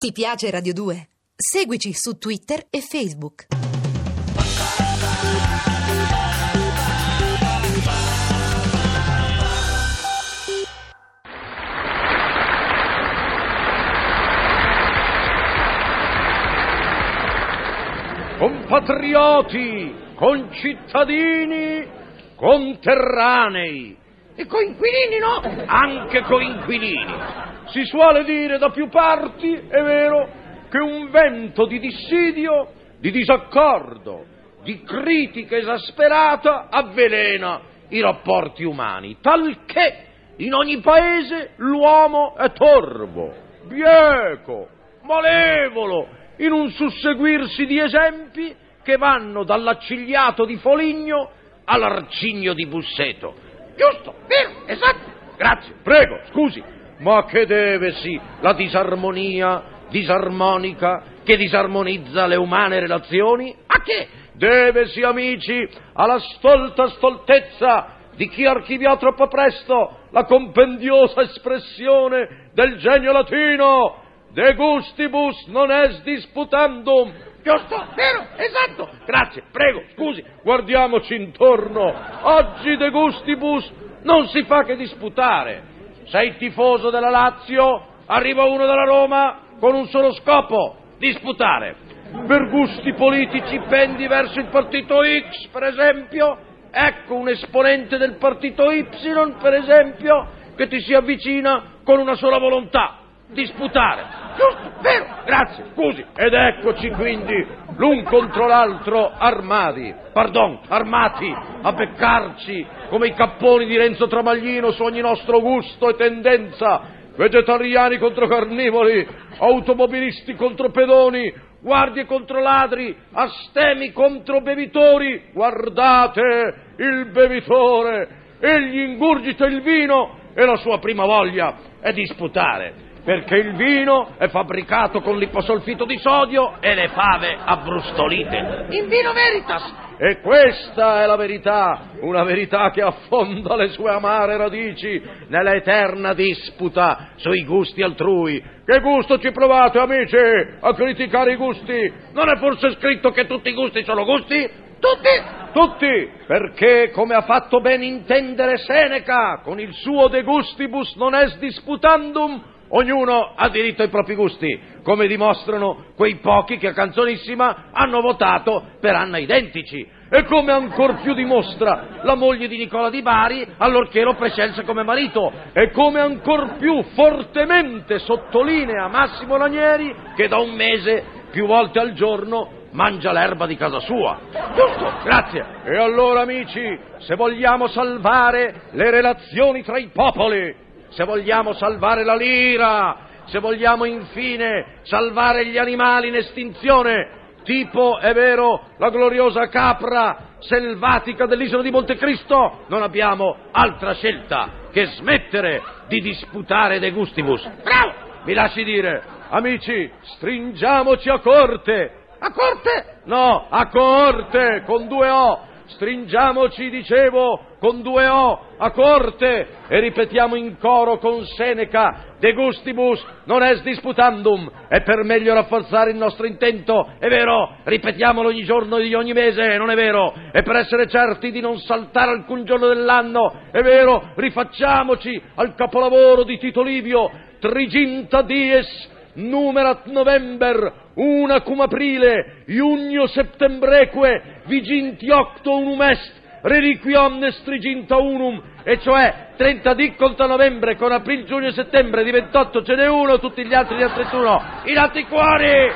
Ti piace Radio 2? Seguici su Twitter e Facebook. Compatrioti, concittadini, conterranei e coinquilini, no? Anche coinquilini. Si suole dire da più parti, è vero, che un vento di dissidio, di disaccordo, di critica esasperata avvelena i rapporti umani, talché in ogni paese l'uomo è torvo, bieco, malevolo, in un susseguirsi di esempi che vanno dall'accigliato di Foligno all'arcigno di Busseto. Giusto, vero, esatto. Grazie, prego, scusi. Ma che devesi la disarmonia disarmonica che disarmonizza le umane relazioni? A che? Devesi, amici, alla stolta stoltezza di chi archiviò troppo presto la compendiosa espressione del genio latino de gustibus non est disputandum. Giusto, vero, esatto. Grazie, prego, scusi, guardiamoci intorno. Oggi de gustibus non si fa che disputare. Sei tifoso della Lazio, arriva uno dalla Roma con un solo scopo, disputare. Per gusti politici pendi verso il partito X, per esempio, ecco un esponente del partito Y, per esempio, che ti si avvicina con una sola volontà, disputare. Giusto, vero. Grazie, scusi. Ed eccoci quindi, l'un contro l'altro, armati, a beccarci come i capponi di Renzo Tramaglino su ogni nostro gusto e tendenza, vegetariani contro carnivori, automobilisti contro pedoni, guardie contro ladri, astemi contro bevitori. Guardate il bevitore, egli ingurgita il vino e la sua prima voglia è disputare, perché il vino è fabbricato con l'iposolfito di sodio e le fave abbrustolite. In vino veritas. E questa è la verità, una verità che affonda le sue amare radici nella eterna disputa sui gusti altrui. Che gusto ci provate, amici, a criticare i gusti? Non è forse scritto che tutti i gusti sono gusti? Tutti, perché, come ha fatto ben intendere Seneca con il suo De gustibus non est disputandum, ognuno ha diritto ai propri gusti, come dimostrano quei pochi che a Canzonissima hanno votato per Anna Identici, e come ancor più dimostra la moglie di Nicola di Bari allorché lo prescelse come marito, e come ancor più fortemente sottolinea Massimo Ranieri, che da un mese più volte al giorno mangia l'erba di casa sua. Giusto, grazie. E allora, amici, se vogliamo salvare le relazioni tra i popoli, se vogliamo salvare la lira, se vogliamo infine salvare gli animali in estinzione, tipo, è vero, la gloriosa capra selvatica dell'isola di Montecristo, non abbiamo altra scelta che smettere di disputare De gustibus. Bravo! Mi lasci dire, amici, stringiamoci a corte. A corte? No, a corte, con 2 O. Stringiamoci, dicevo, con 2 O, a corte, e ripetiamo in coro con Seneca, De gustibus non est disputandum, e per meglio rafforzare il nostro intento, è vero, ripetiamolo ogni giorno di ogni mese, non è vero, e per essere certi di non saltare alcun giorno dell'anno, è vero, rifacciamoci al capolavoro di Tito Livio, Triginta dies numerat November, una cum aprile, iunio septembreque, viginti octo unum est, reliqui omnes triginta unum, e cioè 30 dì conta novembre, con aprile, giugno e settembre, di 28 ce n'è uno, tutti gli altri di 31, in altri cuori!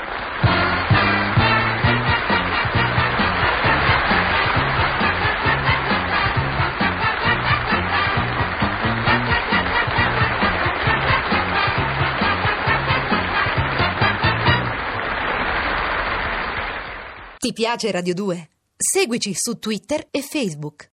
Ti piace Radio 2? Seguici su Twitter e Facebook.